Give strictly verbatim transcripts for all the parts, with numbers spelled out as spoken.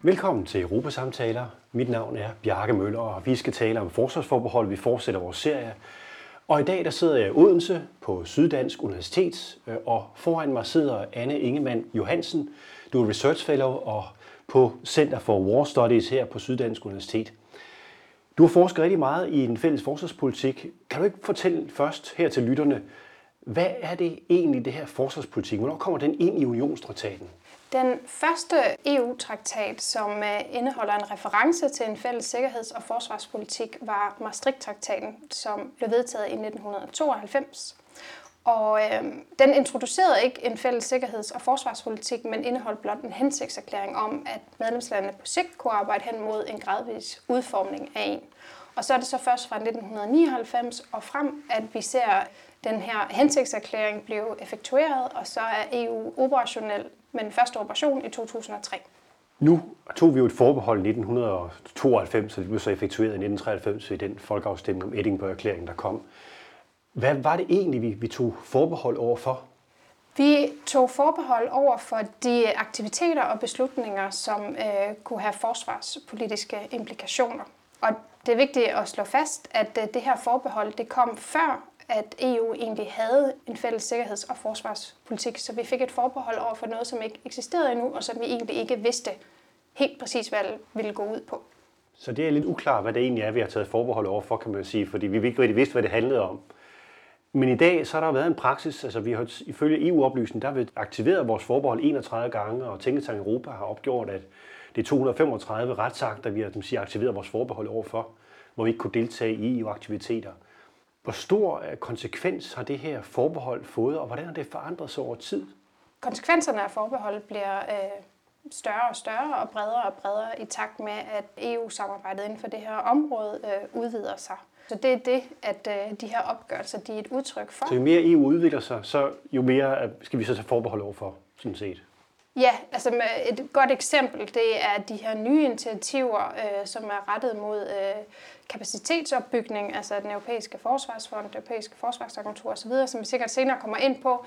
Velkommen til Europasamtaler. Mit navn er Bjarke Møller, og vi skal tale om forsvarsforbehold. Vi fortsætter vores serie. Og i dag der sidder jeg i Odense på Syddansk Universitet, og foran mig sidder Anne Ingemann Johansen. Du er Research Fellow og på Center for War Studies her på Syddansk Universitet. Du har forsket rigtig meget i den fælles forsvarspolitik. Kan du ikke fortælle først her til lytterne, hvad er det egentlig, det her forsvarspolitik? Hvornår kommer den ind i unionstraktaten? Den første E U-traktat, som indeholder en reference til en fælles sikkerheds- og forsvarspolitik, var Maastricht-traktaten, som blev vedtaget i nitten tooghalvfems. Og øh, den introducerede ikke en fælles sikkerheds- og forsvarspolitik, men indeholdt blot en hensigtserklæring om, at medlemslandene på sigt kunne arbejde hen mod en gradvis udformning af en. Og så er det så først fra nitten nioghalvfems og frem, at vi ser den her hensigtserklæring blive effektueret, og så er E U operationel med den første operation i to tusind og tre. Nu tog vi jo et forbehold i nitten tooghalvfems, og det blev så effektueret i nitten treoghalvfems i den folkeafstemning om Edinburgh-erklæringen, der kom. Hvad var det egentlig, vi, vi tog forbehold over for? Vi tog forbehold over for de aktiviteter og beslutninger, som øh, kunne have forsvarspolitiske implikationer. Og det er vigtigt at slå fast, at øh, det her forbehold det kom før, at E U egentlig havde en fælles sikkerheds- og forsvarspolitik. Så vi fik et forbehold over for noget, som ikke eksisterede endnu, og som vi egentlig ikke vidste helt præcis, hvad det ville gå ud på. Så det er lidt uklart, hvad det egentlig er, vi har taget forbehold over for, kan man sige, fordi vi ikke rigtig vidste, hvad det handlede om. Men i dag så har der været en praksis, altså vi har ifølge E U-oplysningen, der har vi aktiveret vores forbehold enogtredive gange, og Tænketank Europa har opgjort, at det er to hundrede og femogtredive retsakter, vi har som siger, aktiveret vores forbehold over for, hvor vi ikke kunne deltage i E U-aktiviteter. Hvor stor konsekvens har det her forbehold fået, og hvordan har det forandret sig over tid? Konsekvenserne af forbeholdet bliver øh, større og større og bredere og bredere i takt med, at E U-samarbejdet inden for det her område øh, udvider sig. Så det er det, at øh, de her opgørelser de er et udtryk for. Så jo mere E U udvikler sig, så jo mere skal vi så tage forbehold over for, sådan set? Ja, altså et godt eksempel, det er de her nye initiativer, øh, som er rettet mod øh, kapacitetsopbygning, altså den europæiske forsvarsfond, det europæiske forsvarsagentur osv., som vi sikkert senere kommer ind på.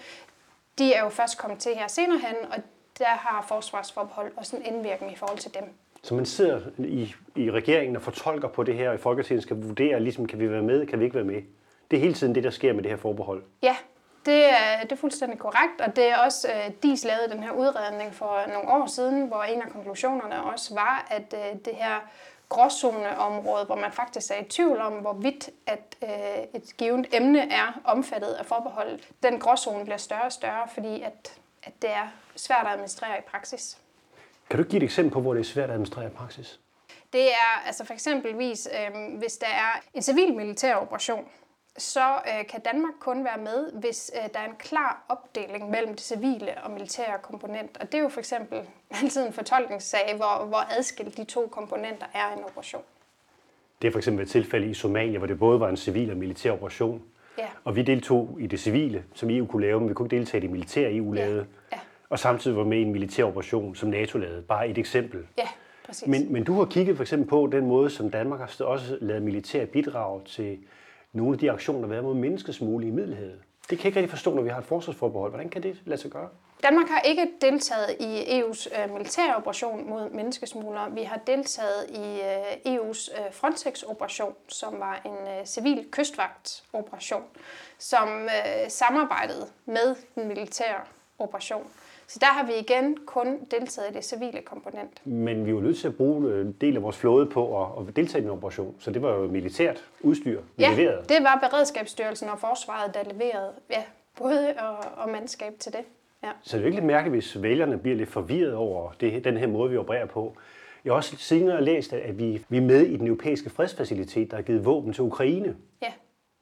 De er jo først kommet til her senere hen, og der har forsvarsforbehold også en indvirkning i forhold til dem. Så man sidder i, i regeringen og fortolker på det her, og i Folketinget skal vurdere, ligesom, kan vi være med, kan vi ikke være med? Det er hele tiden det, der sker med det her forbehold. Ja, det er, det er fuldstændig korrekt, og det er også, uh, D I S lavede den her udredning for nogle år siden, hvor en af konklusionerne også var, at uh, det her gråzoneområde, hvor man faktisk er i tvivl om, hvorvidt at uh, et givet emne er omfattet af forbeholdet, den gråzone bliver større og større, fordi at, at det er svært at administrere i praksis. Kan du give et eksempel på, hvor det er svært at administrere i praksis? Det er altså for eksempelvis, øh, hvis der er en civil militær operation, så øh, kan Danmark kun være med, hvis øh, der er en klar opdeling mellem det civile og militære komponent. Og det er jo for eksempel altid en fortolkningssag, hvor, hvor adskilt de to komponenter er i en operation. Det er for eksempel et tilfælde i Somalia, hvor det både var en civil og militær operation. Ja. Og vi deltog i det civile, som E U kunne lave, men vi kunne ikke deltage i det militære, E U lavede. Ja. Ja. Og samtidig var med i en militær operation, som NATO lavede. Bare et eksempel. Ja, præcis. Men, men du har kigget for eksempel på den måde, som Danmark har også lavet militære bidrag til nogle af de aktioner, der har været mod menneskesmugling i Middelhavet. Det kan jeg ikke rigtig forstå, når vi har et forsvarsforbehold. Hvordan kan det lade sig gøre? Danmark har ikke deltaget i E U's øh, militære operation mod menneskesmuglere. Vi har deltaget i øh, E U's øh, Frontex-operation, som var en øh, civil kystvagtsoperation, som øh, samarbejdede med den militære operation. Så der har vi igen kun deltaget i det civile komponent. Men vi var nødt til at bruge en del af vores flåde på at, at deltage i en operation, så det var jo militært udstyr, vi ja, leverede. Det var Beredskabsstyrelsen og Forsvaret, der leverede ja, både og, og mandskab til det. Ja. Så det er virkelig mærkeligt, hvis vælgerne bliver lidt forvirret over det, den her måde, vi opererer på. Jeg har også senere læst, at vi, vi er med i den europæiske fredsfacilitet, der har givet våben til Ukraine. Ja.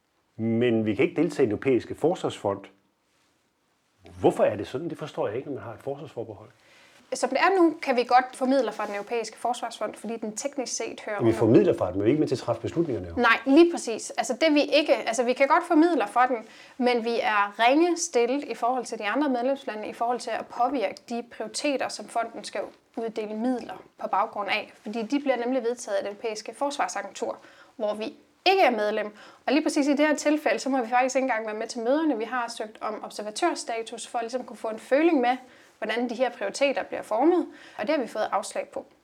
Men vi kan ikke deltage i den europæiske forsvarsfond. Hvorfor er det sådan? Det forstår jeg ikke, når man har et forsvarsforbehold. Som det er nu, kan vi godt formidle fra den europæiske forsvarsfond, fordi den teknisk set hører Vi formidler fra den, men vi er ikke med til at træffe beslutningerne. Nej, lige præcis. Altså det vi ikke, altså vi kan godt formidle fra den, men vi er ringe stillet i forhold til de andre medlemslande, i forhold til at påvirke de prioriteter, som fonden skal uddele midler på baggrund af. Fordi de bliver nemlig vedtaget af det europæiske forsvarsagentur, hvor vi ikke er medlem. Og lige præcis i det her tilfælde, så må vi faktisk ikke engang være med til møderne. Vi har søgt om observatørstatus for at ligesom kunne få en føling med, hvordan de her prioriteter bliver formet, og det har vi fået afslag på.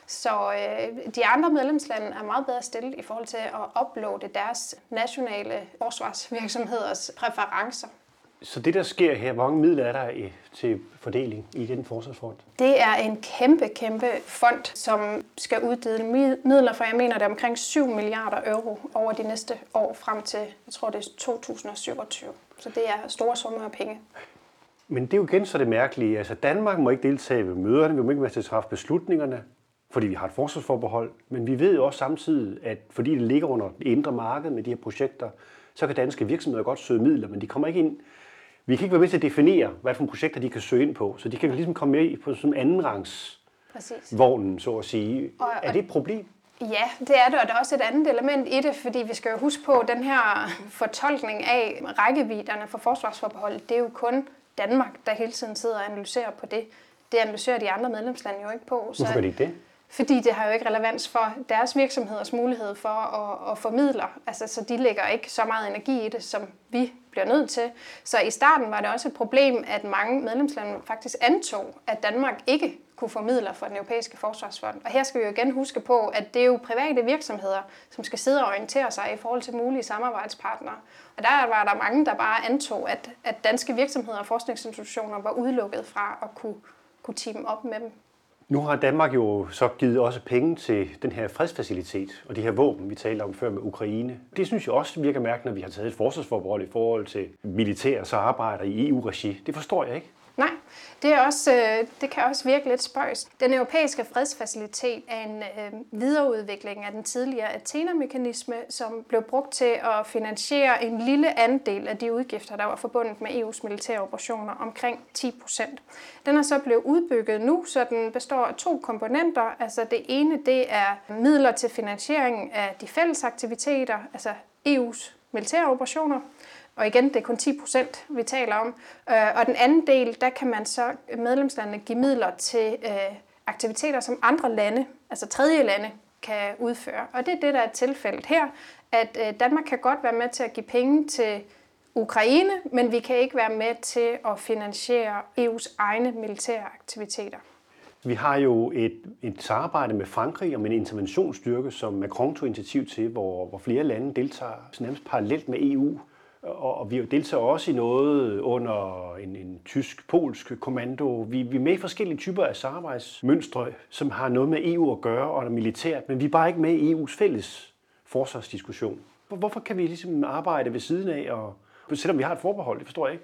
Så øh, de andre medlemslande er meget bedre stillet i forhold til at uploade deres nationale forsvarsvirksomheders præferencer. Så det, der sker her, hvor mange midler er der i, til fordeling i den forsvarsfond? Det er en kæmpe, kæmpe fond, som skal uddele midler, for jeg mener, det er omkring syv milliarder euro over de næste år frem til, jeg tror, det er to tusind syvogtyve. Så det er store summer af penge. Men det er jo igen så det mærkelige. Altså Danmark må ikke deltage ved møderne, vi må ikke være til at træffe beslutningerne, fordi vi har et forsvarsforbehold. Men vi ved jo også samtidig, at fordi det ligger under det indre marked med de her projekter, så kan danske virksomheder godt søge midler, men de kommer ikke ind. Vi kan ikke være med til at definere, hvad for nogle projekter de kan søge ind på, så de kan ligesom komme med på sådan en andenrangs vognen, så at sige. Og, er det et problem? Ja, det er det, og der er også et andet element i det, fordi vi skal jo huske på, at den her fortolkning af rækkevidderne for forsvarsforbeholdet, det er jo kun Danmark, der hele tiden sidder og analyserer på det. Det analyserer de andre medlemslande jo ikke på. Så hvorfor gør de ikke det? Fordi det har jo ikke relevans for deres virksomheders mulighed for at, at formidle. Altså, så de lægger ikke så meget energi i det, som vi bliver nødt til. Så i starten var det også et problem, at mange medlemslande faktisk antog, at Danmark ikke kunne få midler fra den europæiske forsvarsfond. Og her skal vi jo igen huske på, at det er jo private virksomheder, som skal sidde og orientere sig i forhold til mulige samarbejdspartnere. Og der var der mange, der bare antog, at, at danske virksomheder og forskningsinstitutioner var udelukket fra at kunne, kunne teame op med dem. Nu har Danmark jo så givet også penge til den her fredsfacilitet og de her våben, vi talte om før med Ukraine. Det synes jeg også virker mærkeligt, når vi har taget et forsvarsforbehold i forhold til militære samarbejder i E U-regi. Det forstår jeg ikke. Nej, det, er også, det kan også virke lidt spøjst. Den europæiske fredsfacilitet er en øh, videreudvikling af den tidligere Athena-mekanisme, som blev brugt til at finansiere en lille andel af de udgifter, der var forbundet med E U's militære operationer, omkring ti procent. Den er så blevet udbygget nu, så den består af to komponenter. Altså det ene, det er midler til finansiering af de fælles aktiviteter, altså E U's militære operationer. Og igen, det er kun ti procent, vi taler om. Og den anden del, der kan man så medlemslandene give midler til aktiviteter, som andre lande, altså tredje lande, kan udføre. Og det er det, der er tilfældet her, at Danmark kan godt være med til at give penge til Ukraine, men vi kan ikke være med til at finansiere E U's egne militære aktiviteter. Vi har jo et, et samarbejde med Frankrig om en interventionsstyrke, som Macron tog initiativ til, hvor, hvor flere lande deltager nærmest parallelt med E U. Og vi deltager også i noget under en, en tysk-polsk kommando. Vi, vi er med i forskellige typer af samarbejdsmønstre, som har noget med E U at gøre og militært, men vi er bare ikke med i E U's fælles forsvarsdiskussion. Hvorfor kan vi ligesom arbejde ved siden af, og, selvom vi har et forbehold? Det forstår jeg ikke.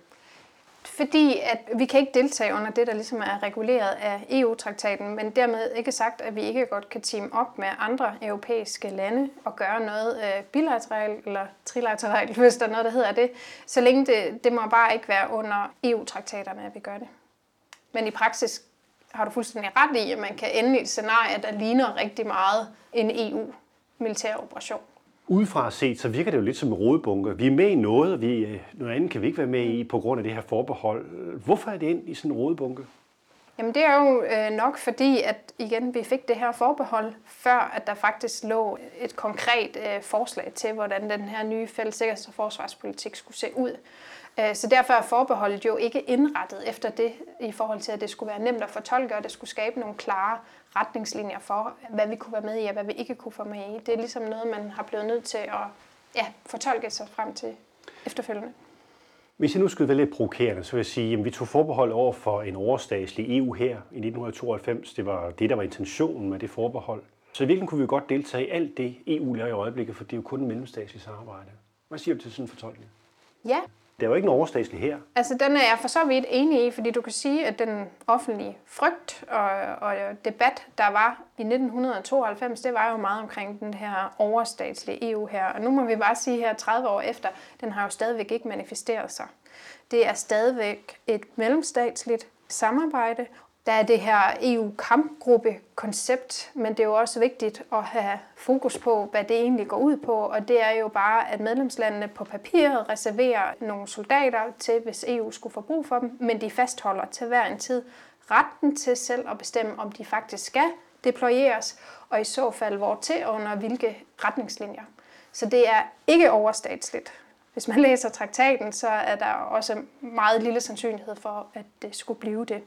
Fordi at vi kan ikke deltage under det, der ligesom er reguleret af E U-traktaten, men dermed ikke sagt, at vi ikke godt kan teame op med andre europæiske lande og gøre noget bilateralt eller trilateralt, hvis der er noget, der hedder det, så længe det, det må bare ikke være under E U-traktaterne, at vi gør det. Men i praksis har du fuldstændig ret i, at man kan ende i et scenarie, der ligner rigtig meget en E U-militær operation. Udefra set, så virker det jo lidt som en rodebunke. Vi er med i noget, og vi, noget andet kan vi ikke være med i på grund af det her forbehold. Hvorfor er det ind i sådan en rodebunke? Jamen det er jo øh, nok fordi, at igen, vi fik det her forbehold, før at der faktisk lå et konkret øh, forslag til, hvordan den her nye fælles sikkerheds- og forsvarspolitik skulle se ud. Øh, så derfor er forbeholdet jo ikke indrettet efter det, i forhold til, at det skulle være nemt at fortolke, og det skulle skabe nogle klare retningslinjer for, hvad vi kunne være med i, og hvad vi ikke kunne få med i. Det er ligesom noget, man har blevet nødt til at ja, fortolke sig frem til efterfølgende. Hvis jeg nu skulle være lidt provokerende, så vil jeg sige, at vi tog forbehold over for en overstatslig E U her i nitten tooghalvfems. Det var det, der var intentionen med det forbehold. Så i virkeligheden kunne vi godt deltage i alt det, E U laver i øjeblikket, for det er jo kun en mellemstatslig samarbejde. Hvad siger du til sådan en fortolkning? Ja. Det er jo ikke en overstatslig her. Altså, den er jeg for så vidt enig i, fordi du kan sige, at den offentlige frygt og, og debat, der var i nitten tooghalvfems, det var jo meget omkring den her overstatslige E U her. Og nu må vi bare sige her tredive år efter, den har jo stadigvæk ikke manifesteret sig. Det er stadigvæk et mellemstatsligt samarbejde. Der er det her E U-kampgruppe-koncept, men det er jo også vigtigt at have fokus på, hvad det egentlig går ud på. Og det er jo bare, at medlemslandene på papiret reserverer nogle soldater til, hvis E U skulle få brug for dem, men de fastholder til hver en tid retten til selv at bestemme, om de faktisk skal deployeres, og i så fald hvor til og under hvilke retningslinjer. Så det er ikke overstatsligt. Hvis man læser traktaten, så er der også meget lille sandsynlighed for, at det skulle blive det.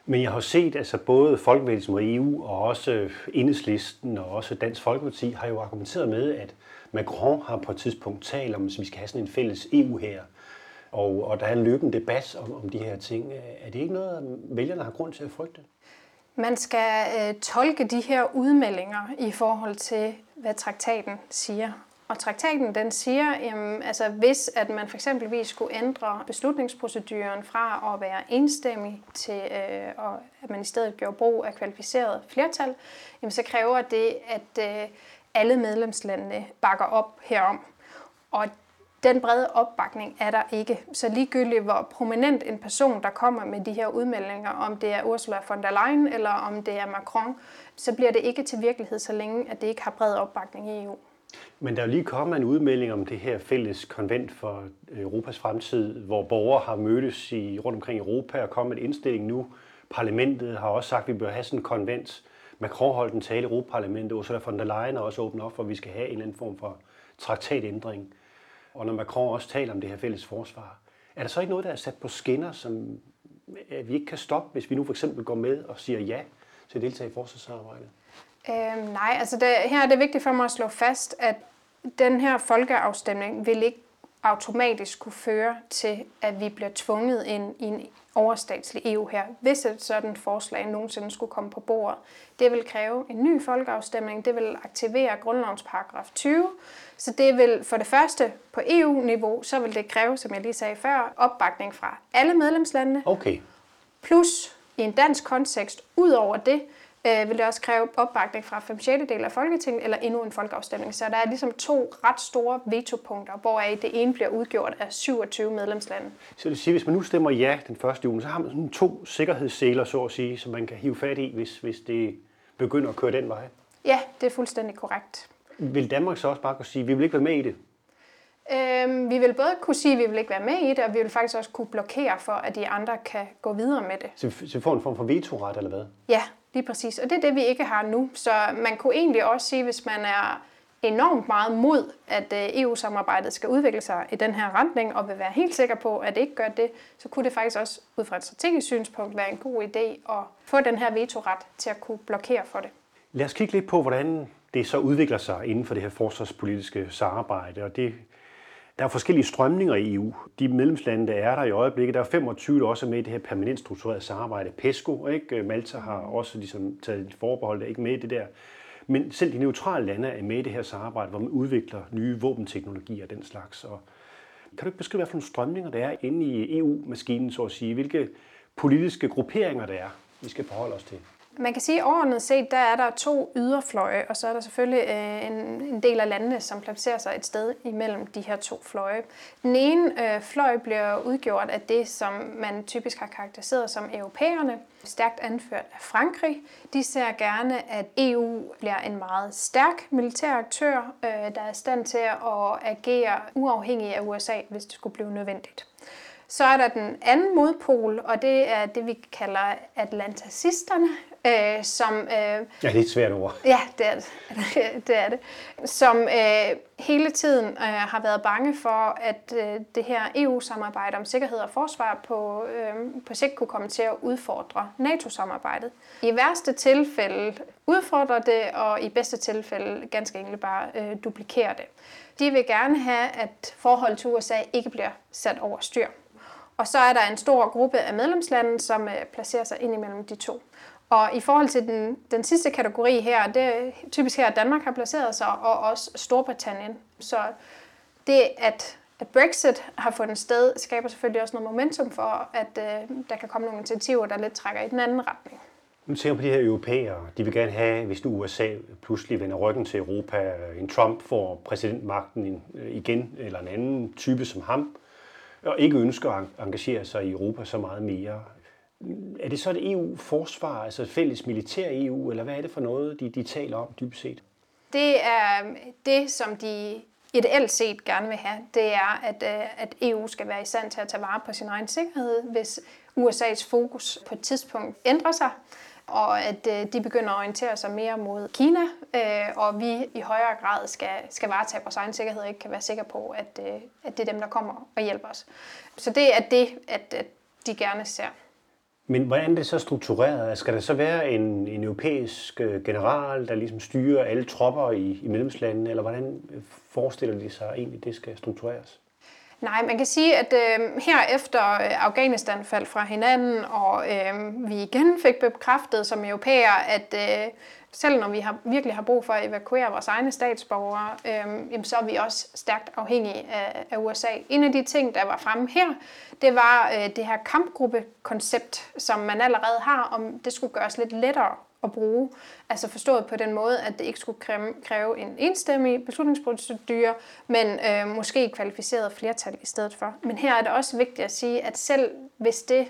Men jeg har set, altså både Folkebevægelsen og E U og også Enhedslisten og også Dansk Folkeparti har jo argumenteret med, at Macron har på et tidspunkt talt om, at vi skal have sådan en fælles E U-hær. Og, og der er en løbende debat om, om de her ting. Er det ikke noget, vælgerne har grund til at frygte? Man skal øh, tolke de her udmeldinger i forhold til, hvad traktaten siger. Og traktaten den siger, jamen, altså hvis at man for eksempelvis skulle ændre beslutningsproceduren fra at være enstemmig til, øh, og at man i stedet gjorde brug af kvalificeret flertal, jamen, så kræver det, at øh, alle medlemslandene bakker op herom. Og den brede opbakning er der ikke. Så ligegyldigt hvor prominent en person, der kommer med de her udmeldinger, om det er Ursula von der Leyen eller om det er Macron, så bliver det ikke til virkelighed, så længe at det ikke har bred opbakning i E U. Men der er jo lige kommet en udmelding om det her fælles konvent for Europas fremtid, hvor borgere har mødtes i, rundt omkring Europa og kommet en indstilling nu. Parlamentet har også sagt, at vi bør have sådan en konvent. Macron holdt en tale i Europaparlamentet, Ursula von der Leyen har også åbnet op for, at vi skal have en eller anden form for traktatændring. Og når Macron også taler om det her fælles forsvar, er der så ikke noget, der er sat på skinner, som vi ikke kan stoppe, hvis vi nu for eksempel går med og siger ja til at deltage i forsvarssamarbejdet? Øhm, nej, altså det, her er det vigtigt for mig at slå fast, at den her folkeafstemning vil ikke automatisk kunne føre til, at vi bliver tvunget ind i en overstatslig E U her, hvis et sådan forslag nogensinde skulle komme på bordet. Det vil kræve en ny folkeafstemning, det vil aktivere grundlovens paragraf tyve, så det vil for det første på E U-niveau, så vil det kræve, som jeg lige sagde før, opbakning fra alle medlemslandene, okay. Plus i en dansk kontekst, ud over det, øh, vil det også kræve opbakning fra fem sjettedele af Folketinget eller endnu en folkeafstemning. Så der er ligesom to ret store vetopunkter, hvoraf det ene bliver udgjort af syvogtyve medlemslande. Så det siger, hvis man nu stemmer ja den første juni, så har man sådan to sikkerhedsseler, så at sige, som man kan hive fat i, hvis, hvis det begynder at køre den vej? Ja, det er fuldstændig korrekt. Vil Danmark så også bare kunne sige, at vi vil ikke være med i det? Øhm, vi vil både kunne sige, at vi vil ikke være med i det, og vi vil faktisk også kunne blokere for, at de andre kan gå videre med det. Så vi får en form for vetoret, eller hvad? Ja, lige præcis. Og det er det, vi ikke har nu. Så man kunne egentlig også sige, hvis man er enormt meget mod, at E U-samarbejdet skal udvikle sig i den her retning, og vil være helt sikker på, at det ikke gør det, så kunne det faktisk også ud fra et strategisk synspunkt være en god idé at få den her vetoret til at kunne blokere for det. Lad os kigge lidt på, hvordan det så udvikler sig inden for det her forsvarspolitiske samarbejde. Og det, der er forskellige strømninger i E U. De medlemslande, der er der i øjeblikket, der er femogtyve, der også er med i det her permanent strukturerede samarbejde. PESCO, ikke? Malta har også ligesom taget et forbehold, der ikke med i det der. Men selv de neutrale lande er med i det her samarbejde, hvor man udvikler nye våbenteknologier og den slags. Og kan du ikke beskrive, hvad for nogle strømninger der er inde i E U-maskinen, så at sige? Hvilke politiske grupperinger der er, vi skal forholde os til? Man kan sige, at overordnet set, der er der to yderfløje, og så er der selvfølgelig øh, en, en del af landene, som placerer sig et sted imellem de her to fløje. Den ene øh, fløj bliver udgjort af det, som man typisk har karakteriseret som europæerne, stærkt anført af Frankrig. De ser gerne, at E U bliver en meget stærk militær aktør, øh, der er i stand til at agere uafhængig af U S A, hvis det skulle blive nødvendigt. Så er der den anden modpol, og det er det, vi kalder atlantacisterne, øh, som... Øh, ja, det er et svært ord. Ja, det er det. det, er det. Som øh, hele tiden øh, har været bange for, at øh, det her E U-samarbejde om sikkerhed og forsvar på, øh, på sigt kunne komme til at udfordre NATO-samarbejdet. I værste tilfælde udfordrer det, og i bedste tilfælde ganske enkelt bare øh, duplikerer det. De vil gerne have, at forholdet til U S A ikke bliver sat over styr. Og så er der en stor gruppe af medlemslande, som placerer sig ind imellem de to. Og i forhold til den, den sidste kategori her, det er typisk her, at Danmark har placeret sig, og også Storbritannien. Så det, at, at Brexit har fundet sted, skaber selvfølgelig også noget momentum for, at uh, der kan komme nogle initiativer, der lidt trækker i den anden retning. Nu tænker på de her europæere. De vil gerne have, hvis nu U S A pludselig vender ryggen til Europa, en Trump får præsidentmagten igen, eller en anden type som ham, og ikke ønsker at engagere sig i Europa så meget mere. Er det så et E U-forsvar, altså et fælles militær E U, eller hvad er det for noget, de, de taler om dybest set? Det er det, som de ideelt set gerne vil have. Det er, at, at E U skal være i stand til at tage vare på sin egen sikkerhed, hvis U S A's fokus på et tidspunkt ændrer sig, og at de begynder at orientere sig mere mod Kina, og vi i højere grad skal, skal varetage vores egen sikkerhed og ikke kan være sikre på, at, at det er dem, der kommer og hjælper os. Så det er det, at, at de gerne ser. Men hvordan er det så struktureret? Skal der så være en, en europæisk general, der ligesom styrer alle tropper i, i medlemslandene, eller hvordan forestiller de sig egentlig, det skal struktureres? Nej, man kan sige, at øh, her efter Afghanistan faldt fra hinanden, og øh, vi igen fik bekræftet som europæere, at øh, selv når vi har, virkelig har brug for at evakuere vores egne statsborgere, øh, jamen, så er vi også stærkt afhængige af, af U S A. En af de ting, der var fremme her, det var øh, det her kampgruppekoncept, som man allerede har, om det skulle gøres lidt lettere at bruge. Altså forstået på den måde, at det ikke skulle kræve, kræve en enstemmig beslutningsprocedure, men øh, måske kvalificeret flertal i stedet for. Men her er det også vigtigt at sige, at selv hvis det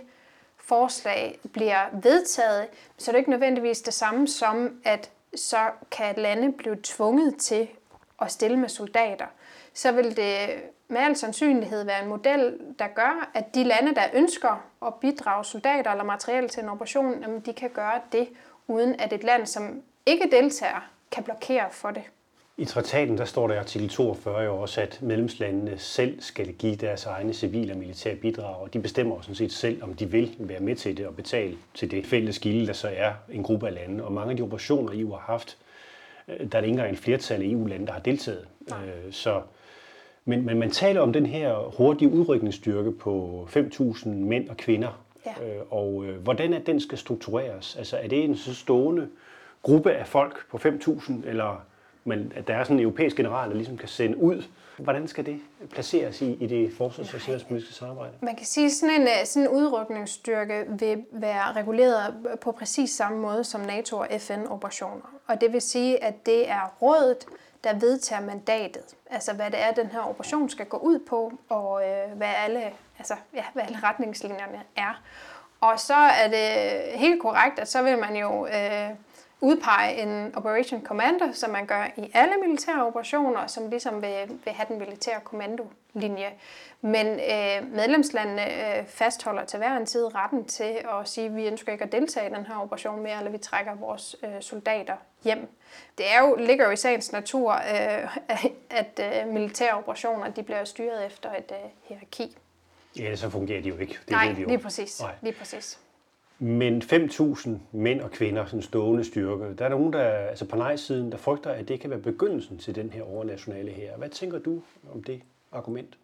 forslag bliver vedtaget, så er det ikke nødvendigvis det samme som, at så kan lande blive tvunget til at stille med soldater. Så vil det med al sandsynlighed være en model, der gør, at de lande, der ønsker at bidrage soldater eller materiel til en operation, de kan gøre det, uden at et land, som ikke deltager, kan blokere for det. I traktaten der står der i artikel toogfyrre jo også, at medlemslandene selv skal give deres egne civile og militære bidrag, og de bestemmer sådan set selv, om de vil være med til det og betale til det fælles gilde, der så er en gruppe af lande. Og mange af de operationer, E U har haft, der er det ikke engang en flertal af E U-lande, der har deltaget. Nej. Så, men, men man taler om den her hurtige udrykningsstyrke på fem tusind mænd og kvinder, ja. Og øh, hvordan er den skal struktureres? Altså er det en så stående gruppe af folk på fem tusind, eller men at der er sådan en europæisk general, der ligesom kan sende ud? Hvordan skal det placeres i, i det forsvars- og sikkerhedspolitiske samarbejde? Man kan sige, at sådan en, sådan en udrykningsstyrke vil være reguleret på præcis samme måde som NATO og F N-operationer. Og det vil sige, at det er rådet, der vedtager mandatet. Altså hvad det er, den her operation skal gå ud på, og øh, hvad, alle, altså, ja, hvad alle retningslinjerne er. Og så er det helt korrekt, at så vil man jo øh, udpege en Operation Commander, som man gør i alle militære operationer, som ligesom vil, vil have den militære kommandolinje. Men øh, medlemslandene øh, fastholder til hver en tid retten til at sige, at vi ønsker ikke at deltage i den her operation mere, eller vi trækker vores øh, soldater hjem. Det er jo, ligger jo i sagens natur, øh, at øh, militære operationer de bliver styret efter et øh, hierarki. Ja, så fungerer de jo ikke. Det Nej, ved vi jo. lige præcis. Nej. Lige præcis. Men fem tusind mænd og kvinder, sådan stående styrke, der er nogen, der altså på nej-siden, der frygter, at det kan være begyndelsen til den her overnationale hær. Hvad tænker du om det argument?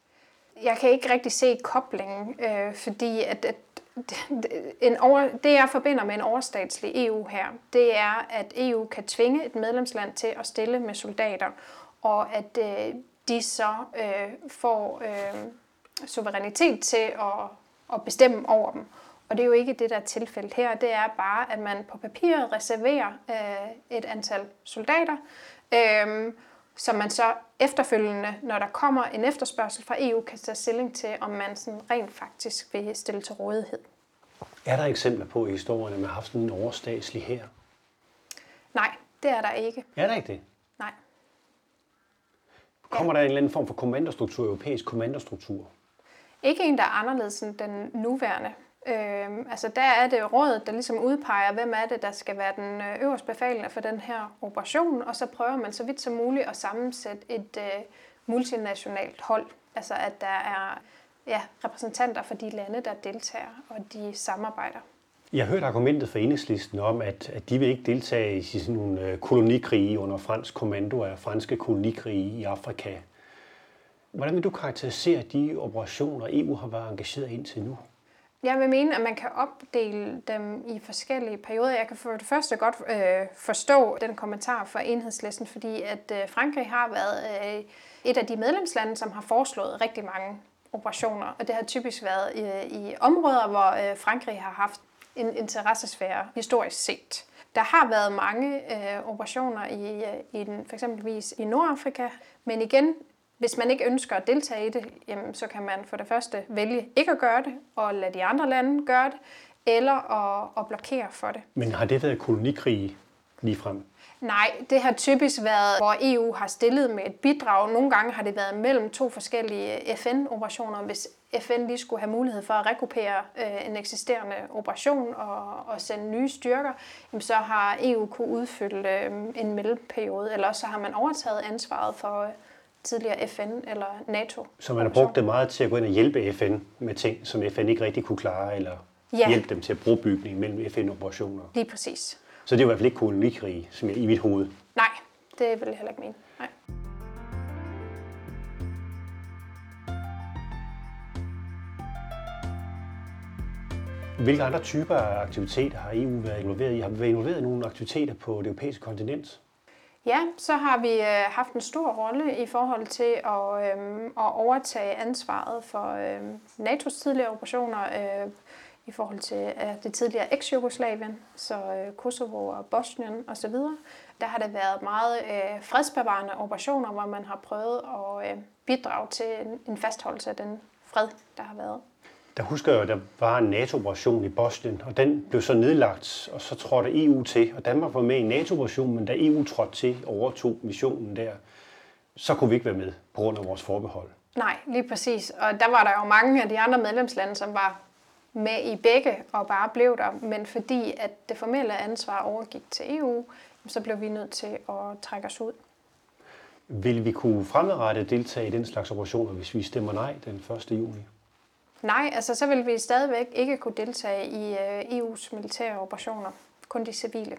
Jeg kan ikke rigtig se koblingen, øh, fordi at, at en over, det, jeg forbinder med en overstatslig E U her, det er, at E U kan tvinge et medlemsland til at stille med soldater, og at øh, de så øh, får øh, suverænitet til at, at bestemme over dem. Og det er jo ikke det, der er tilfældet her. Det er bare, at man på papiret reserverer øh, et antal soldater, øh, som man så efterfølgende, når der kommer en efterspørgsel fra E U, kan tage stilling til, om man sådan rent faktisk vil stille til rådighed. Er der eksempler på i historien, at man har haft sådan en overstatslig hær? Nej, det er der ikke. Er der ikke det? Nej. Kommer ja. der en eller anden form for kommandostruktur, europæisk kommandostruktur? Ikke en, der er anderledes end den nuværende. Øhm, altså der er det rådet, der ligesom udpeger, hvem er det, der skal være den øverste befalende for den her operation, og så prøver man så vidt som muligt at sammensætte et øh, multinationalt hold. Altså at der er ja, repræsentanter for de lande, der deltager, og de samarbejder. Jeg har hørt argumentet fra Enhedslisten om, at, at de vil ikke deltage i sådan nogle kolonikrige under fransk kommando af franske kolonikrige i Afrika. Hvordan vil du karakterisere de operationer, E U har været engageret indtil nu? Jeg vil mene, at man kan opdele dem i forskellige perioder. Jeg kan for det første godt øh, forstå den kommentar fra Enhedslisten, fordi at øh, Frankrig har været øh, et af de medlemslande, som har foreslået rigtig mange operationer. Og det har typisk været i, i områder, hvor øh, Frankrig har haft en interessesfære historisk set. Der har været mange øh, operationer i, i den, for eksempelvis i Nordafrika, men igen, hvis man ikke ønsker at deltage i det, jamen, så kan man for det første vælge ikke at gøre det, og lade de andre lande gøre det, eller at, at blokere for det. Men har det været kolonikrige ligefrem? Nej, det har typisk været, hvor E U har stillet med et bidrag. Nogle gange har det været mellem to forskellige F N-operationer, hvis F N lige skulle have mulighed for at rekupere øh, en eksisterende operation og, og sende nye styrker, jamen, så har E U kunne udfylde øh, en mellemperiode, eller også så har man overtaget ansvaret for øh, tidligere F N eller NATO. Så man har brugt det meget til at gå ind og hjælpe F N med ting, som F N ikke rigtig kunne klare, eller Ja. Hjælpe dem til at brobygning mellem F N-operationer. Lige præcis. Så det er jo i hvert fald ikke kolonikrige, som er i mit hoved. Nej, det vil jeg heller ikke mene. Nej. Hvilke andre typer af aktiviteter har E U været involveret i? Har vi været involveret i nogle aktiviteter på det europæiske kontinent? Ja, så har vi øh, haft en stor rolle i forhold til at, øh, at overtage ansvaret for øh, N A T O's tidligere operationer øh, i forhold til øh, det tidligere eks-Jugoslavien, så øh, Kosovo og Bosnien osv. Der har det været meget øh, fredsbevarende operationer, hvor man har prøvet at øh, bidrage til en, en fastholdelse af den fred, der har været. Der husker jeg, at der var en NATO-operation i Bosnien, og den blev så nedlagt, og så trådte E U til. Og Danmark var med i NATO-operationen, men da E U trådte til og overtog missionen der, så kunne vi ikke være med på grund af vores forbehold. Nej, lige præcis. Og der var der jo mange af de andre medlemslande, som var med i begge og bare blev der. Men fordi at det formelle ansvar overgik til E U, så blev vi nødt til at trække os ud. Vil vi kunne fremadrettet deltage i den slags operationer, hvis vi stemmer nej den første juni? Nej, altså så vil vi stadigvæk ikke kunne deltage i E U's militære operationer, kun de civile.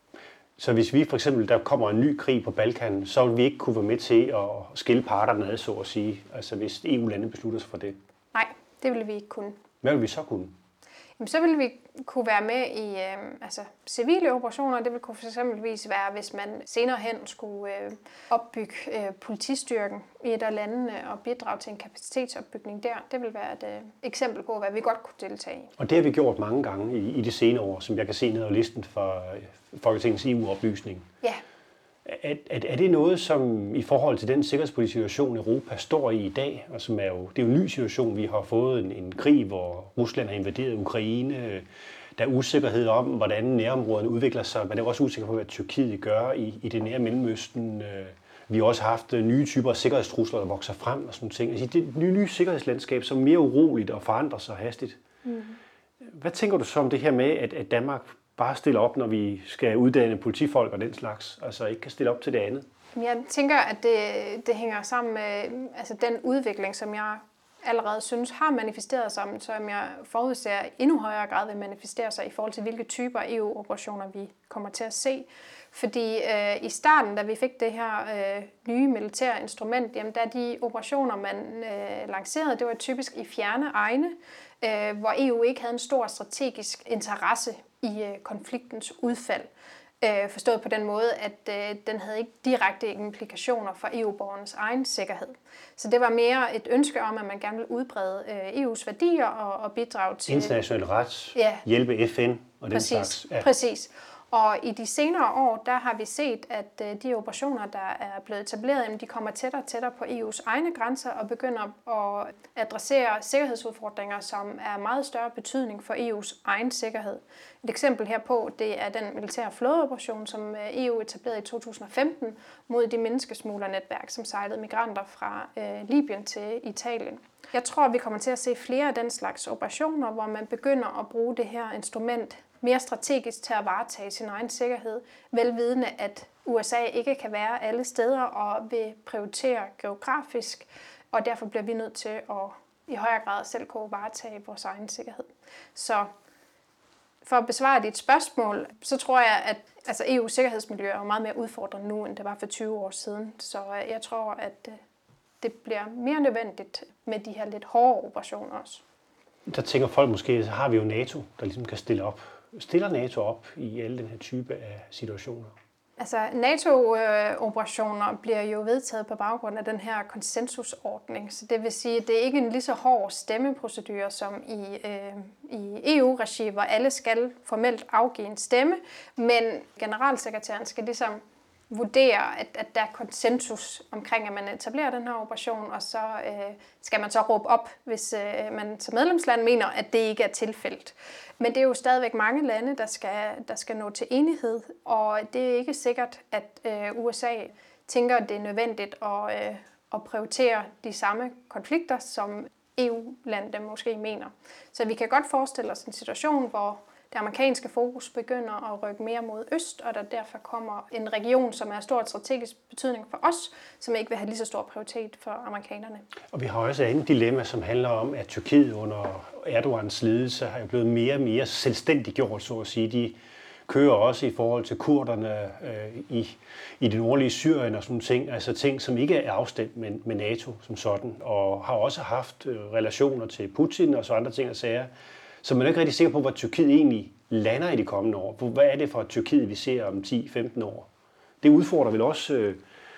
Så hvis vi for eksempel, der kommer en ny krig på Balkan, så vil vi ikke kunne være med til at skille parterne ad, så at sige, altså hvis E U-lande beslutter sig for det? Nej, det vil vi ikke kunne. Hvad vil vi så kunne? Jamen, så vil vi kunne være med i øh, altså, civile operationer. Det vil kunne for eksempelvis være, hvis man senere hen skulle øh, opbygge øh, politistyrken i et af landene og bidrage til en kapacitetsopbygning der. Det vil være et øh, eksempel på, hvad vi godt kunne deltage i. Og det har vi gjort mange gange i, i de senere år, som jeg kan se ned ad listen for øh, Folketingets E U-oplysning. Ja. Er, er, er det noget, som i forhold til den sikkerhedspolitiske situation, Europa står i i dag, og som er jo, det er jo en ny situation, vi har fået en, en krig, hvor Rusland har invaderet Ukraine, der er usikkerhed om, hvordan nærområderne udvikler sig, men der er også usikkerhed på, hvad Tyrkiet gør i, i det nære Mellemøsten. Vi har også haft nye typer af sikkerhedstrusler, der vokser frem og sådan ting. Altså det er et nye, nye sikkerhedslandskab, som er mere uroligt og forandrer sig hastigt. Mm. Hvad tænker du så om det her med, at, at Danmark bare stille op, når vi skal uddanne politifolk og den slags, altså ikke kan stille op til det andet? Jeg tænker, at det, det hænger sammen med altså den udvikling, som jeg allerede synes har manifesteret sig, som jeg forudser endnu højere grad vil manifestere sig i forhold til, hvilke typer E U-operationer vi kommer til at se. Fordi øh, i starten, da vi fik det her øh, nye militære instrument, jamen, der de operationer, man øh, lancerede, det var typisk i fjerne egne, øh, hvor E U ikke havde en stor strategisk interesse i øh, konfliktens udfald. Øh, forstået på den måde, at øh, den havde ikke direkte implikationer for E U-borgernes egen sikkerhed. Så det var mere et ønske om, at man gerne ville udbrede øh, E U's værdier og, og bidrage til international ret, ja, hjælpe F N og den præcis, slags. Ja. Præcis. Og i de senere år, der har vi set, at de operationer, der er blevet etableret, de kommer tættere og tættere på E U's egne grænser og begynder at adressere sikkerhedsudfordringer, som er meget større betydning for E U's egen sikkerhed. Et eksempel herpå, det er den militære flådeoperation, som E U etablerede i to tusind og femten mod de menneskesmuglernetværk, som sejlede migranter fra øh, Libyen til Italien. Jeg tror, vi kommer til at se flere af den slags operationer, hvor man begynder at bruge det her instrument mere strategisk til at varetage sin egen sikkerhed, velvidende at U S A ikke kan være alle steder og vil prioritere geografisk, og derfor bliver vi nødt til at i højere grad selv kunne varetage vores egen sikkerhed. Så for at besvare dit spørgsmål, så tror jeg, at altså E U's sikkerhedsmiljø er meget mere udfordrende nu, end det var for tyve år siden. Så jeg tror, at det bliver mere nødvendigt med de her lidt hårde operationer også. Der tænker folk måske, så har vi jo NATO, der ligesom kan stille op. Stiller NATO op i alle den her type af situationer? Altså NATO-operationer bliver jo vedtaget på baggrund af den her konsensusordning. Så det vil sige, at det er ikke en lige så hård stemmeprocedure som i, øh, i E U-regi, hvor alle skal formelt afgive en stemme. Men generalsekretæren skal ligesom vurdere, at, at der er konsensus omkring, at man etablerer den her operation, og så øh, skal man så råbe op, hvis øh, man som medlemsland mener, at det ikke er tilfældet. Men det er jo stadigvæk mange lande, der skal, der skal nå til enighed, og det er ikke sikkert, at øh, U S A tænker, at det er nødvendigt at, øh, at prioritere de samme konflikter, som E U-landene måske mener. Så vi kan godt forestille os en situation, hvor det amerikanske fokus begynder at rykke mere mod øst, og der derfor kommer en region, som er af stor strategisk betydning for os, som ikke vil have lige så stor prioritet for amerikanerne. Og vi har også et andet dilemma, som handler om, at Tyrkiet under Erdogans ledelse har jo blevet mere og mere selvstændigt gjort, så at sige. De kører også i forhold til kurderne øh, i, i det nordlige Syrien og sådan ting, altså ting, som ikke er afstemt med, med NATO som sådan, og har også haft øh, relationer til Putin og så andre ting og sager. Så man er ikke rigtig sikker på, hvor Tyrkiet egentlig lander i de kommende år. Hvad er det for Tyrkiet, vi ser om ti til femten år? Det udfordrer vel også øh,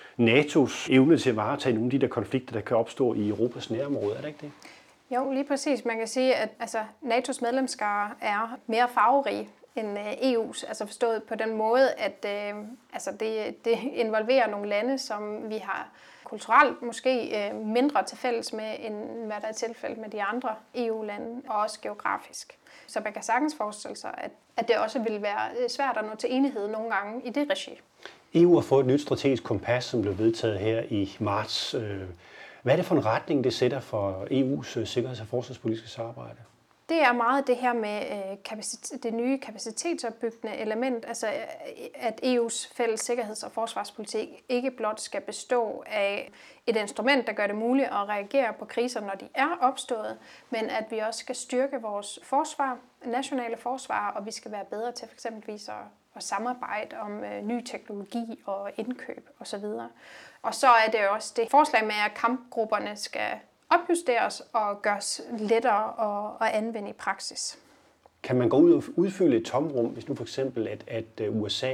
NATO's evne til at varetage nogle af de der konflikter, der kan opstå i Europas nærområde, er det ikke det? Jo, lige præcis. Man kan sige, at altså, NATO's medlemskare er mere farverige end E U's, altså forstået på den måde, at øh, altså det, det involverer nogle lande, som vi har kulturelt måske øh, mindre til fælles med, end hvad der er tilfældet med de andre E U-lande, og også geografisk. Så man kan sagtens forestille sig, at, at det også vil være svært at nå til enighed nogle gange i det regi. E U har fået et nyt strategisk kompas, som blev vedtaget her i marts. Hvad er det for en retning, det sætter for E U's sikkerheds- og forsvarspolitiske samarbejde? Det er meget det her med kapacitet, det nye kapacitetsopbyggende element, altså at E U's fælles sikkerheds- og forsvarspolitik ikke blot skal bestå af et instrument, der gør det muligt at reagere på kriser, når de er opstået, men at vi også skal styrke vores forsvar, nationale forsvar, og vi skal være bedre til for eksempelvis at, at samarbejde om øh, ny teknologi og indkøb osv. Og så er det også det forslag med, at kampgrupperne skal opjusteres og gøres lettere at, at anvende i praksis. Kan man gå ud og udfylde et tomrum, hvis nu for eksempel, at, at U S A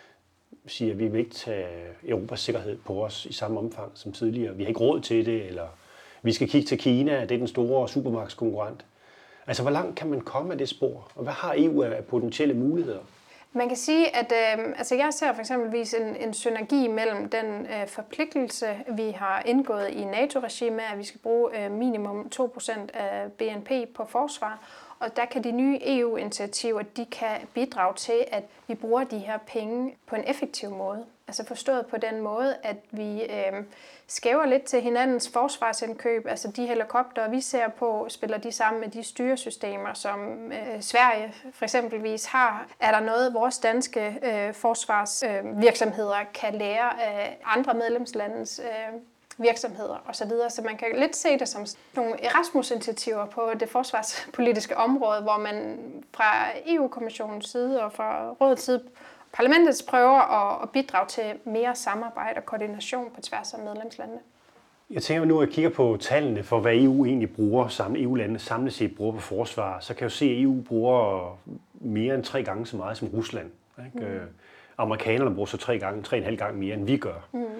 siger, at vi vil ikke tage Europas sikkerhed på os i samme omfang som tidligere, vi har ikke råd til det, eller vi skal kigge til Kina, det er den store supermarkedskonkurrent. Altså, hvor langt kan man komme af det spor, og hvad har E U af potentielle muligheder? Man kan sige, at øh, altså jeg ser for eksempelvis en, en synergi mellem den øh, forpligtelse, vi har indgået i NATO-regi med, at vi skal bruge øh, minimum to procent af B N P på forsvar, og der kan de nye E U-initiativer, de kan bidrage til, at vi bruger de her penge på en effektiv måde. Altså forstået på den måde, at vi øh, skæver lidt til hinandens forsvarsindkøb. Altså de helikoptere, vi ser på, spiller de sammen med de styresystemer, som øh, Sverige for eksempelvis har. Er der noget, vores danske øh, forsvarsvirksomheder øh, kan lære af andre medlemslandes øh, virksomheder osv. Så man kan lidt se det som nogle Erasmus-initiativer på det forsvarspolitiske område, hvor man fra E U-kommissionens side og fra rådets side, parlamentets prøver at bidrage til mere samarbejde og koordination på tværs af medlemslandene. Jeg tænker nu, at jeg kigger på tallene for, hvad E U egentlig bruger, sammen E U-landene samlet set bruger på forsvar, så kan jeg jo se, at E U bruger mere end tre gange så meget som Rusland. Ikke? Mm. Amerikanerne bruger så tre gange, tre og en halv gang mere, end vi gør. Mm.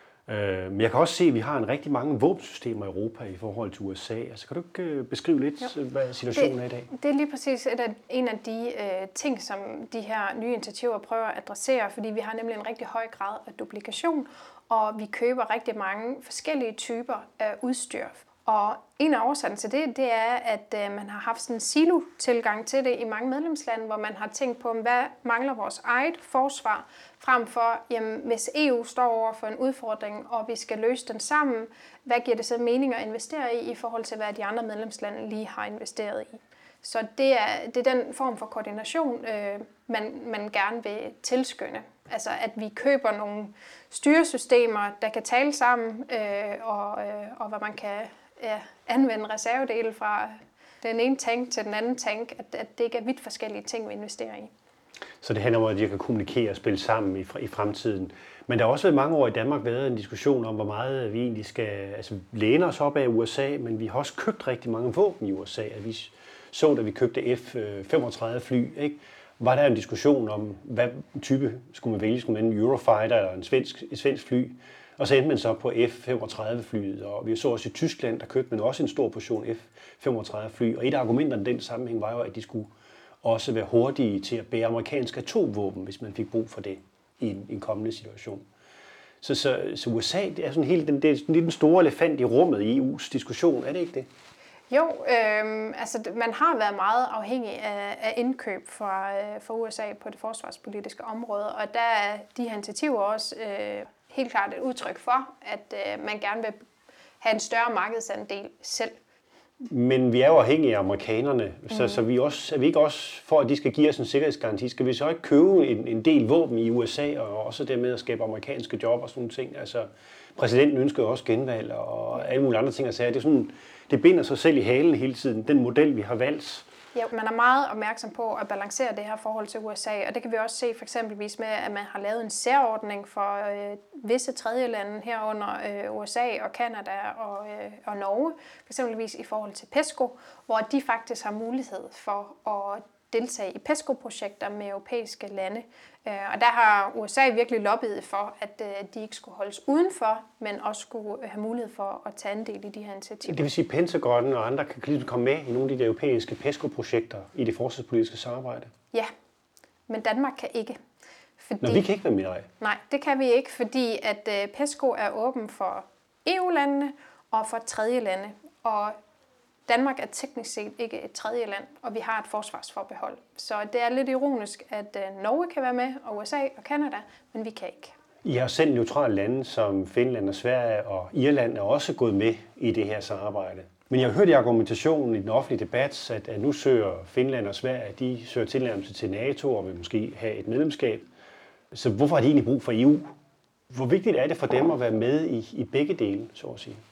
Men jeg kan også se, at vi har en rigtig mange våbensystemer i Europa i forhold til U S A. Altså, kan du ikke beskrive lidt, jo. Hvad situationen det, er i dag? Det er lige præcis et af, en af de øh, ting, som de her nye initiativer prøver at adressere, fordi vi har nemlig en rigtig høj grad af duplikation, og vi køber rigtig mange forskellige typer af udstyr. Og en af årsagerne til det, det er, at øh, man har haft sådan en silo-tilgang til det i mange medlemslande, hvor man har tænkt på, hvad mangler vores eget forsvar, frem for, jamen, hvis E U står over for en udfordring, og vi skal løse den sammen, hvad giver det så mening at investere i, i forhold til, hvad de andre medlemslande lige har investeret i. Så det er, det er den form for koordination, øh, man, man gerne vil tilskynde. Altså at vi køber nogle styresystemer, der kan tale sammen, øh, og, øh, og hvor man kan ja, anvende reservedele fra den ene tank til den anden tank, at, at det ikke er vidt forskellige ting, vi investerer i. Så det handler om, at de kan kommunikere og spille sammen i, i fremtiden. Men der har også været mange år i Danmark været en diskussion om, hvor meget vi egentlig skal altså, læne os op af U S A, men vi har også købt rigtig mange våben i U S A. At vi så, da vi købte F femogtredive fly, ikke? Var der en diskussion om, hvad type skulle man vælge, skulle man en Eurofighter eller en svensk, et svensk fly, og så endte man så på F femogtredive flyet, og vi så også i Tyskland, der købte man også en stor portion F femogtredive fly, og et af argumenterne i den sammenhæng var jo, at de skulle også være hurtige til at bære amerikanske atomvåben, hvis man fik brug for det i en, en kommende situation. Så, så, så U S A det er sådan helt den, det er sådan den store elefant i rummet i E U's diskussion, er det ikke det? Jo, øh, altså man har været meget afhængig af, af indkøb fra, øh, fra U S A på det forsvarspolitiske område, og der er de her initiativer også øh, helt klart et udtryk for, at øh, man gerne vil have en større markedsandel selv. Men vi er jo afhængige af amerikanerne, mm. så, så vi også, er vi ikke også, for at de skal give os en sikkerhedsgaranti, skal vi så ikke købe en, en del våben i U S A, og også dermed at skabe amerikanske job og sådan nogle ting. Altså, præsidenten ønsker jo også genvalg og alle mulige andre ting at sige. Det er sådan, det binder sig selv i halen hele tiden, den model, vi har valgt. Ja, man er meget opmærksom på at balancere det her forhold til U S A, og det kan vi også se for eksempelvis med, at man har lavet en særordning for øh, visse tredjelande herunder øh, U S A og Canada og, øh, og Norge, for eksempelvis i forhold til PESCO, hvor de faktisk har mulighed for at deltage i PESCO-projekter med europæiske lande. Og der har U S A virkelig lobbyet for, at de ikke skulle holdes udenfor, men også skulle have mulighed for at tage andel i de her initiativer. Det vil sige, at Pentagon og andre kan ligesom komme med i nogle af de europæiske PESCO-projekter i det forsvarspolitiske samarbejde? Ja, men Danmark kan ikke. Fordi... Nå, vi kan ikke være med, nej. Nej, det kan vi ikke, fordi at PESCO er åben for E U-landene og for tredje lande. Og Danmark er teknisk set ikke et tredje land, og vi har et forsvarsforbehold. Så det er lidt ironisk, at Norge kan være med, og U S A og Canada, men vi kan ikke. I har selv neutrale lande som Finland og Sverige og Irland er også gået med i det her samarbejde. Men jeg har hørt i argumentationen i den offentlige debat, at nu søger Finland og Sverige, de søger tilnærmelse til NATO og vil måske have et medlemskab. Så hvorfor har de egentlig brug for E U? Hvor vigtigt er det for dem at være med i, i begge dele, så at sige?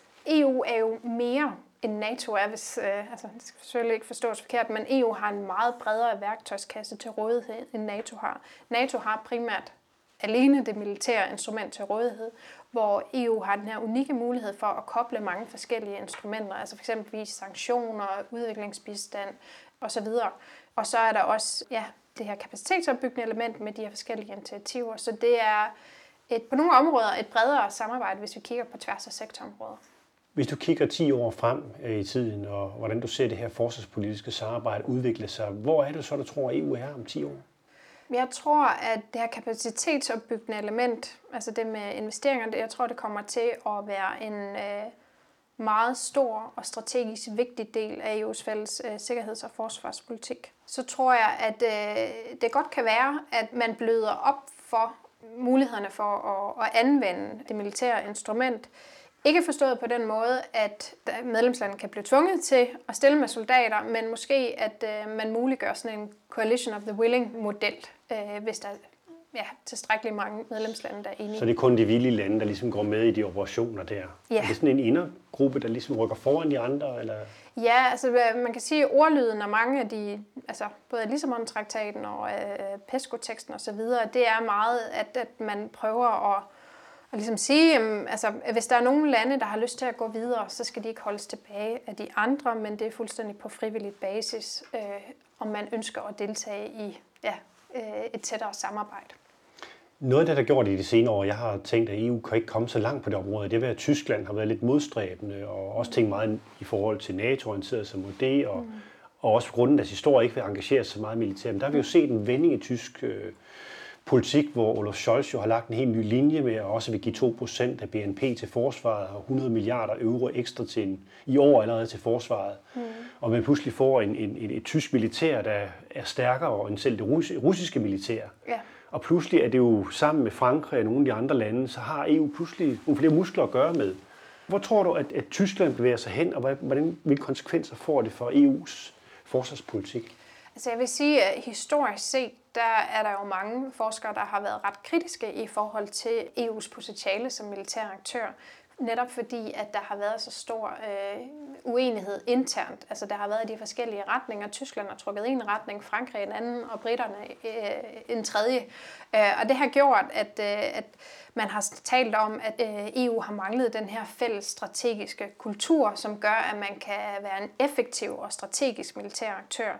E U er jo mere end NATO er, hvis, øh, altså det skal selvfølgelig ikke forstås forkert, men E U har en meget bredere værktøjskasse til rådighed, end NATO har. NATO har primært alene det militære instrument til rådighed, hvor E U har den her unikke mulighed for at koble mange forskellige instrumenter, altså f.eks. sanktioner, udviklingsbistand osv. Og så er der også ja, det her kapacitetsopbyggende element med de her forskellige initiativer, så det er et, på nogle områder et bredere samarbejde, hvis vi kigger på tværs af sektorområder. Hvis du kigger ti år frem i tiden, og hvordan du ser det her forsvarspolitiske samarbejde udvikle sig, hvor er det så, du tror, at E U er om ti år? Jeg tror, at det her kapacitetsopbyggende element, altså det med investeringer, det, jeg tror, det kommer til at være en øh, meget stor og strategisk vigtig del af E U's fælles øh, sikkerheds- og forsvarspolitik. Så tror jeg, at øh, det godt kan være, at man bløder op for mulighederne for at, at anvende det militære instrument. Ikke forstået på den måde, at medlemslandene kan blive tvunget til at stille med soldater, men måske at øh, man muliggør sådan en coalition of the willing-model, øh, hvis der er ja, tilstrækkeligt mange medlemslande, der er enige. Så det er kun de villige lande, der ligesom går med i de operationer der? Ja. Er det sådan en indergruppe, der ligesom rykker foran de andre? Eller? Ja, altså man kan sige, at ordlyden af mange af de, altså både Lissabon-traktaten og øh, PESCO-teksten osv., det er meget, at, at man prøver at Og ligesom sige, altså, at hvis der er nogle lande, der har lyst til at gå videre, så skal de ikke holdes tilbage af de andre, men det er fuldstændig på frivillig basis, øh, om man ønsker at deltage i ja, øh, et tættere samarbejde. Noget af det, der har gjort i de senere år, jeg har tænkt, at E U kan ikke komme så langt på det område, det er, at Tyskland har været lidt modstræbende, og også tænkt meget i forhold til NATO, orienteret sig mod det, og, mm. og også på grund af deres historie ikke vil engagere sig så meget militært. Men der har vi jo set en vending i tysk øh, politik, hvor Olaf Scholz jo har lagt en helt ny linje med at også vil give to procent af B N P til forsvaret og hundrede milliarder euro ekstra til en, i år allerede til forsvaret. Mm. Og man pludselig får en, en, et, et tysk militær, der er stærkere end selv det russiske militær. Ja. Og pludselig er det jo sammen med Frankrig og nogle af de andre lande, så har E U pludselig nogle flere muskler at gøre med. Hvor tror du, at, at Tyskland bevæger sig hen, og hvordan, hvilke konsekvenser får det for E U's forsvarspolitik? Altså jeg vil sige, at historisk set, der er der jo mange forskere, der har været ret kritiske i forhold til E U's potentiale som militær aktør. Netop fordi, at der har været så stor øh, uenighed internt. Altså der har været de forskellige retninger. Tyskland har trukket en retning, Frankrig en anden, og britterne øh, en tredje. Øh, og det har gjort, at, øh, at man har talt om, at øh, E U har manglet den her fælles strategiske kultur, som gør, at man kan være en effektiv og strategisk militær aktør.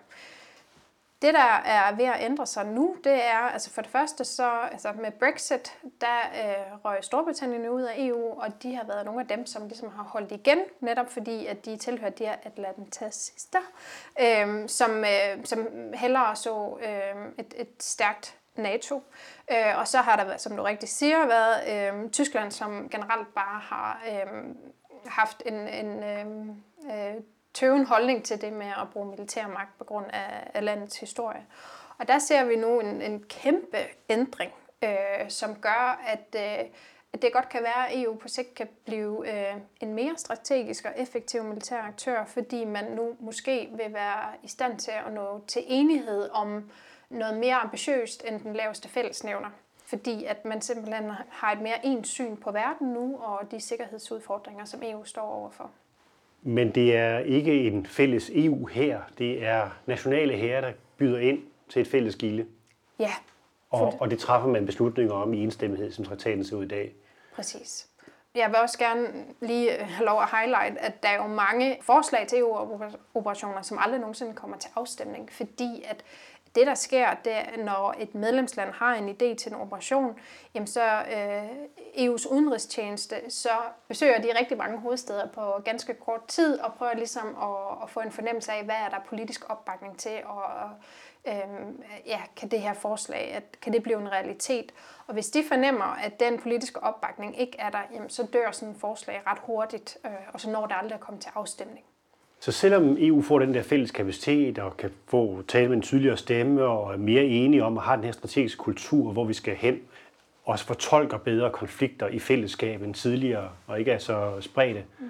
Det, der er ved at ændre sig nu, det er, altså for det første så, altså med Brexit, der øh, røg Storbritannien ud af E U, og de har været nogle af dem, som ligesom har holdt igen, netop fordi, at de tilhører de her atlantacister, øh, som, øh, som hellere så øh, et, et stærkt NATO. Øh, og så har der, som du rigtig siger, været øh, Tyskland, som generelt bare har øh, haft en, en øh, øh, tøven holdning til det med at bruge militærmagt på grund af, af landets historie. Og der ser vi nu en, en kæmpe ændring, øh, som gør, at, øh, at det godt kan være, at E U på sigt kan blive øh, en mere strategisk og effektiv militær aktør, fordi man nu måske vil være i stand til at nå til enighed om noget mere ambitiøst end den laveste fællesnævner. Fordi at man simpelthen har et mere ens syn på verden nu og de sikkerhedsudfordringer, som E U står overfor. Men det er ikke en fælles E U-hær, det er nationale hære, der byder ind til et fælles gilde. Ja. Og, og det træffer man beslutninger om i enstemmighed, som traktaten ser ud i dag. Præcis. Jeg vil også gerne lige have lov at highlight, at der er jo mange forslag til E U-operationer, som aldrig nogensinde kommer til afstemning, fordi at det, der sker, det er, når et medlemsland har en idé til en operation, jamen så øh, E U's udenrigstjeneste, så besøger de rigtig mange hovedsteder på ganske kort tid og prøver ligesom at, at få en fornemmelse af, hvad er der politisk opbakning til, og øh, ja, kan det her forslag, at, kan det blive en realitet? Og hvis de fornemmer, at den politiske opbakning ikke er der, jamen så dør sådan et forslag ret hurtigt, øh, og så når det aldrig at komme til afstemning. Så selvom E U får den der fælles kapacitet og kan få tale med en tydeligere stemme og er mere enige om at have den her strategiske kultur, hvor vi skal hen, også fortolker bedre konflikter i fællesskab end tidligere og ikke er så spredte, mm.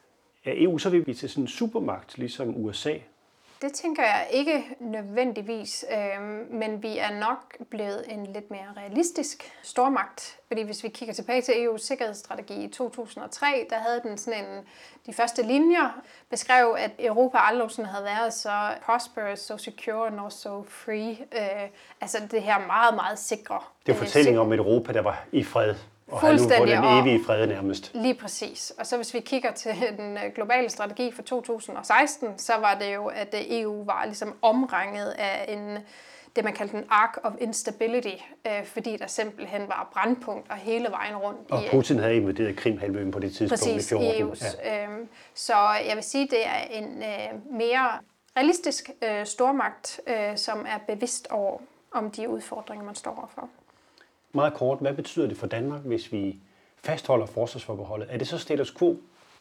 er E U så vil vi til sådan en supermagt ligesom U S A? Det tænker jeg ikke nødvendigvis, øh, men vi er nok blevet en lidt mere realistisk stormagt. Fordi hvis vi kigger tilbage til E U's sikkerhedsstrategi i to tusind og tre, der havde den sådan en, de første linjer beskrev, at Europa aldrig sådan havde været så prosperous, so secure and also so free. Øh, altså det her meget, meget sikre. Det er en fortælling om et Europa, der var i fred. Og har nu fået den evige fred nærmest. Lige præcis. Og så hvis vi kigger til den globale strategi for to tusind og seksten, så var det jo, at E U var ligesom omringet af en, det man kaldte en arc of instability, øh, fordi der simpelthen var brandpunkter hele vejen rundt. Og Putin havde invaderet Krimhalvøen på det tidspunkt præcis, i fjorten. I E U's. Ja. Øh, så jeg vil sige, det er en øh, mere realistisk øh, stormagt, øh, som er bevidst over om de udfordringer, man står overfor. Meget kort, hvad betyder det for Danmark, hvis vi fastholder forsvarsforbeholdet? Er det så status quo?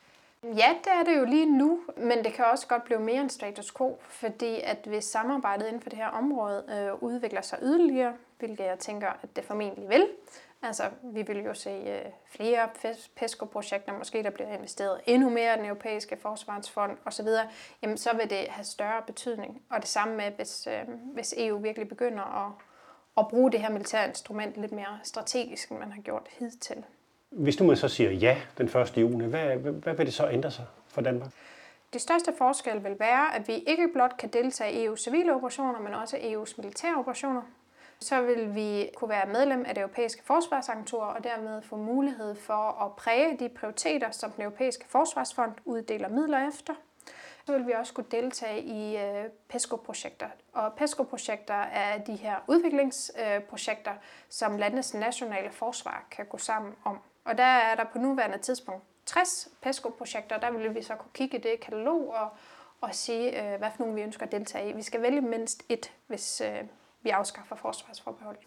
Ja, det er det jo lige nu, men det kan også godt blive mere end status quo, fordi at hvis samarbejdet inden for det her område øh, udvikler sig yderligere, hvilket jeg tænker, at det formentlig vil, altså vi vil jo se øh, flere PESCO-projekter, måske der bliver investeret endnu mere i den europæiske forsvarsfond osv., jamen så vil det have større betydning. Og det samme med, hvis, øh, hvis E U virkelig begynder at og bruge det her militære instrument lidt mere strategisk, end man har gjort hidtil. Hvis nu man så siger ja den første juni, hvad, hvad, hvad vil det så ændre sig for Danmark? Det største forskel vil være, at vi ikke blot kan deltage i E U's civile operationer, men også E U's militære operationer. Så vil vi kunne være medlem af det europæiske forsvarsagentur og dermed få mulighed for at præge de prioriteter, som den europæiske forsvarsfond uddeler midler efter. Så vil vi også kunne deltage i øh, PESCO-projekter. Og PESCO-projekter er de her udviklingsprojekter, øh, som landenes nationale forsvar kan gå sammen om. Og der er der på nuværende tidspunkt tres PESCO-projekter. Der vil vi så kunne kigge i det katalog og, og sige, øh, hvad for nogle vi ønsker at deltage i. Vi skal vælge mindst et, hvis øh, vi afskaffer forsvarsforbeholdet.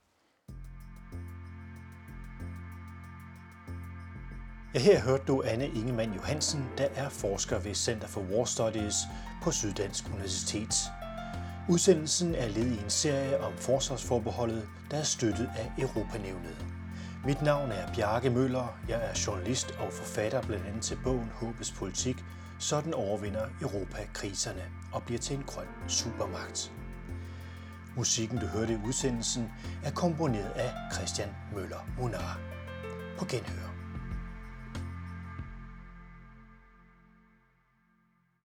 Ja, her hørte du Anne Ingemann Johansen, der er forsker ved Center for War Studies på Syddansk Universitet. Udsendelsen er led i en serie om forsvarsforbeholdet, der er støttet af Europanævnet. Mit navn er Bjarke Møller, jeg er journalist og forfatter blandt andet til bogen Håbets Politik, sådan overvinder Europa kriserne og bliver til en grøn supermagt. Musikken, du hørte i udsendelsen, er komponeret af Christian Møller Munar. På genhør.